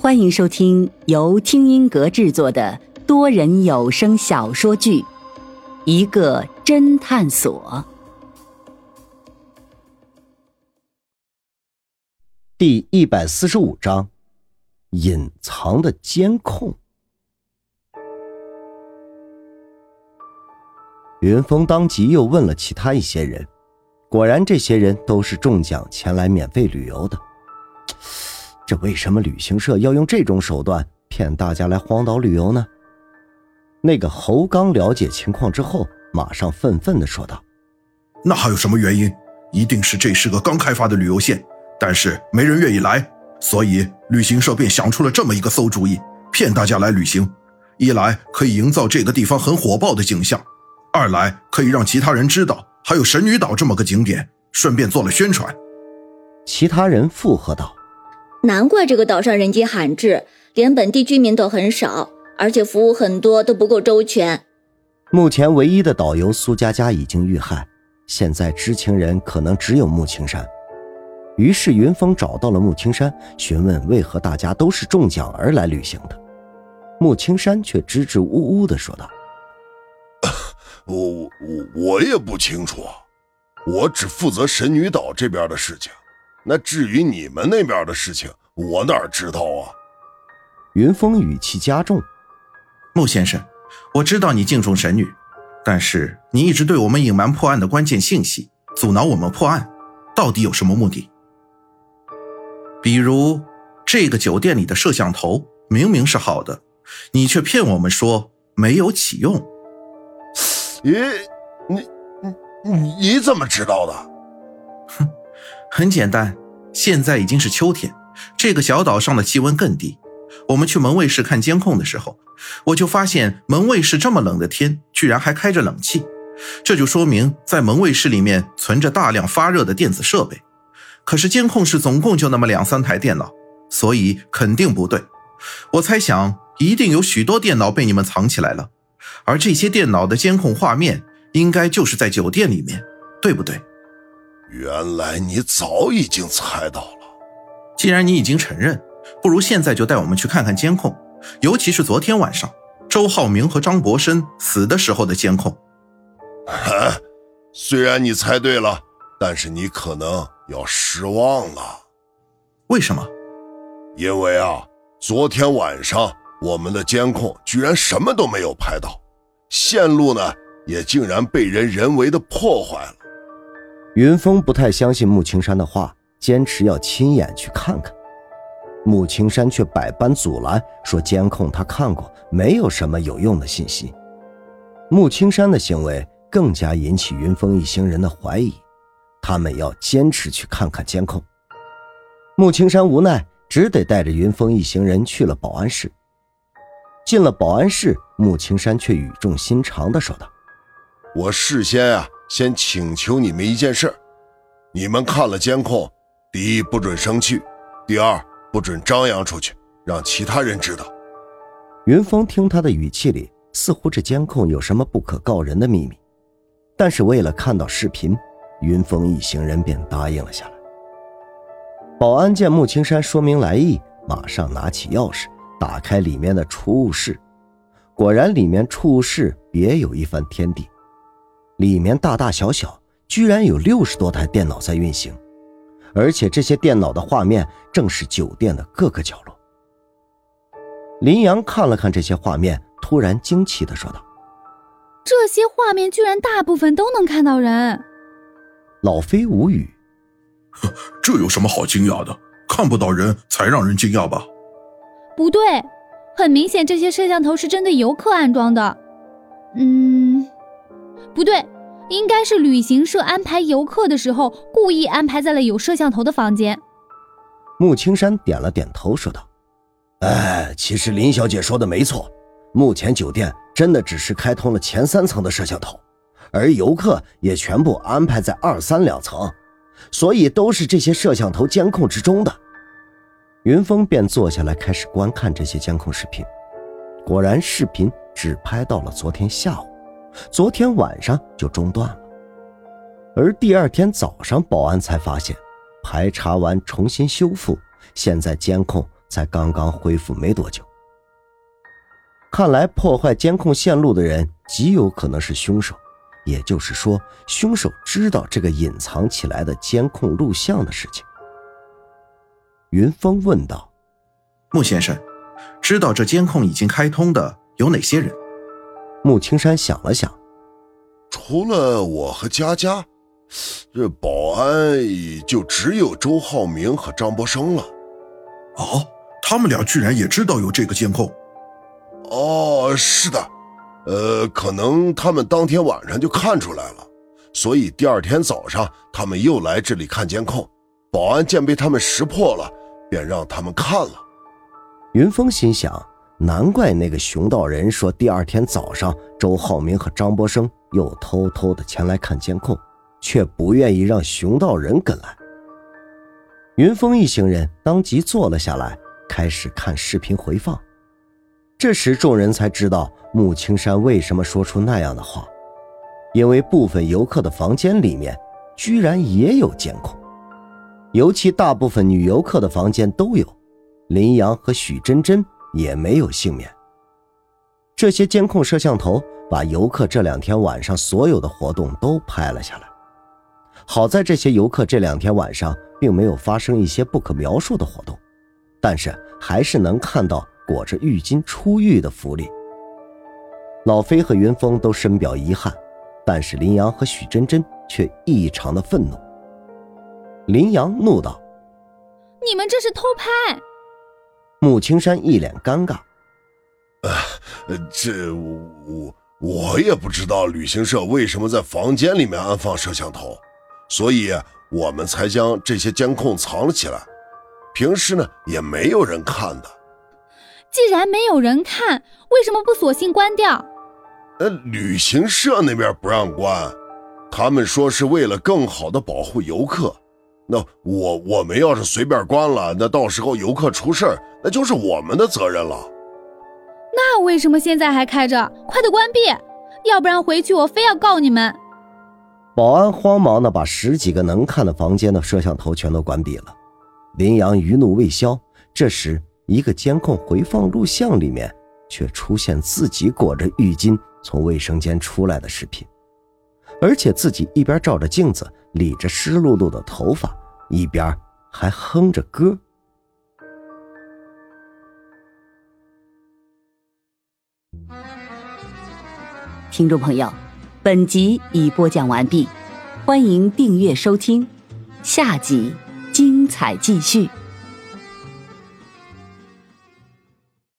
欢迎收听由听音阁制作的多人有声小说剧《一个侦探所》 第145章：隐藏的监控。云峰当即又问了其他一些人，果然这些人都是中奖前来免费旅游的。这为什么旅行社要用这种手段骗大家来荒岛旅游呢？那个侯刚了解情况之后，马上愤愤地说道： 那还有什么原因？一定是这是个刚开发的旅游线，但是没人愿意来，所以旅行社便想出了这么一个馊主意，骗大家来旅行。一来可以营造这个地方很火爆的景象，二来可以让其他人知道还有神女岛这么个景点，顺便做了宣传。 其他人附和道： 难怪这个岛上人迹罕至，连本地居民都很少，而且服务很多都不够周全。 目前唯一的导游苏佳佳已经遇害，现在知情人可能只有穆青山。于是云峰找到了穆青山，询问为何大家都是中奖而来旅行的。穆青山却支支吾吾地说道： 我也不清楚，我只负责神女岛这边的事情，那至于你们那边的事情，我哪知道啊？ 云峰语气加重： 穆先生，我知道你敬重神女，但是你一直对我们隐瞒破案的关键信息，阻挠我们破案，到底有什么目的？比如这个酒店里的摄像头明明是好的，你却骗我们说没有启用。 你怎么知道的？ 哼，很简单，现在已经是秋天，这个小岛上的气温更低。我们去门卫室看监控的时候，我就发现门卫室这么冷的天居然还开着冷气，这就说明在门卫室里面存着大量发热的电子设备。可是监控室总共就那么2-3台电脑，所以肯定不对。我猜想一定有许多电脑被你们藏起来了，而这些电脑的监控画面应该就是在酒店里面，对不对？ 原来你早已经猜到了。 既然你已经承认，不如现在就带我们去看看监控，尤其是昨天晚上周浩明和张博生死的时候的监控。 虽然你猜对了，但是你可能要失望了。 为什么？ 因为昨天晚上我们的监控居然什么都没有拍到，线路呢也竟然被人为的破坏了。 云峰不太相信穆青山的话，坚持要亲眼去看看。穆青山却百般阻拦，说监控他看过，没有什么有用的信息。穆青山的行为更加引起云峰一行人的怀疑，他们要坚持去看看监控。穆青山无奈，只得带着云峰一行人去了保安室。进了保安室，穆青山却语重心长地说道： 我事先先请求你们一件事，你们看了监控，第一不准生气，第二不准张扬出去，让其他人知道。 云峰听他的语气里，似乎这监控有什么不可告人的秘密，但是为了看到视频，云峰一行人便答应了下来。保安见穆青山说明来意，马上拿起钥匙打开里面的储物室。果然里面储物室别有一番天地，里面大大小小居然有60多台电脑在运行，而且这些电脑的画面正是酒店的各个角落。林阳看了看这些画面，突然惊奇地说道： 这些画面居然大部分都能看到人。 老飞无语： 这有什么好惊讶的？看不到人才让人惊讶吧？ 不对，很明显这些摄像头是针对游客安装的。不对，应该是旅行社安排游客的时候故意安排在了有摄像头的房间。 穆青山点了点头说道：其实林小姐说的没错，目前酒店真的只是开通了前3层的摄像头，而游客也全部安排在2、3两层，所以都是这些摄像头监控之中的。云峰便坐下来开始观看这些监控视频，果然视频只拍到了昨天下午，昨天晚上就中断了。而第二天早上保安才发现，排查完重新修复，现在监控才刚刚恢复没多久。看来破坏监控线路的人极有可能是凶手，也就是说，凶手知道这个隐藏起来的监控录像的事情。云峰问道： 穆先生，知道这监控已经开通的有哪些人？ 穆青山想了想， 除了我和佳佳，这保安就只有周浩明和张博生了。 哦，他们俩居然也知道有这个监控？ 哦，是的，可能他们当天晚上就看出来了，所以第二天早上他们又来这里看监控，保安见被他们识破了，便让他们看了。 云峰心想，难怪那个熊道人说第二天早上周浩明和张博生又偷偷的前来看监控，却不愿意让熊道人跟来。云峰一行人当即坐了下来，开始看视频回放。这时众人才知道穆青山为什么说出那样的话，因为部分游客的房间里面居然也有监控，尤其大部分女游客的房间都有，林阳和许真真也没有幸免。这些监控摄像头把游客这2天晚上所有的活动都拍了下来。好在这些游客这2天晚上并没有发生一些不可描述的活动，但是还是能看到裹着浴巾出浴的福利。老飞和云峰都深表遗憾，但是林阳和许真真却异常的愤怒。林阳怒道： 你们这是偷拍！ 穆青山一脸尴尬： 我也不知道旅行社为什么在房间里面安放摄像头，所以我们才将这些监控藏了起来，平时呢也没有人看的。 既然没有人看，为什么不索性关掉？ 旅行社那边不让关，他们说是为了更好的保护游客。那我们要是随便关了，那到时候游客出事，那就是我们的责任了。 那为什么现在还开着？快点关闭，要不然回去我非要告你们。 保安慌忙地把10几个能看的房间的摄像头全都关闭了。林阳余怒未消，这时一个监控回放录像里面却出现自己裹着浴巾从卫生间出来的视频，而且自己一边照着镜子理着湿漉漉的头发，一边还哼着歌。 听众朋友，本集已播讲完毕，欢迎订阅收听，下集精彩继续。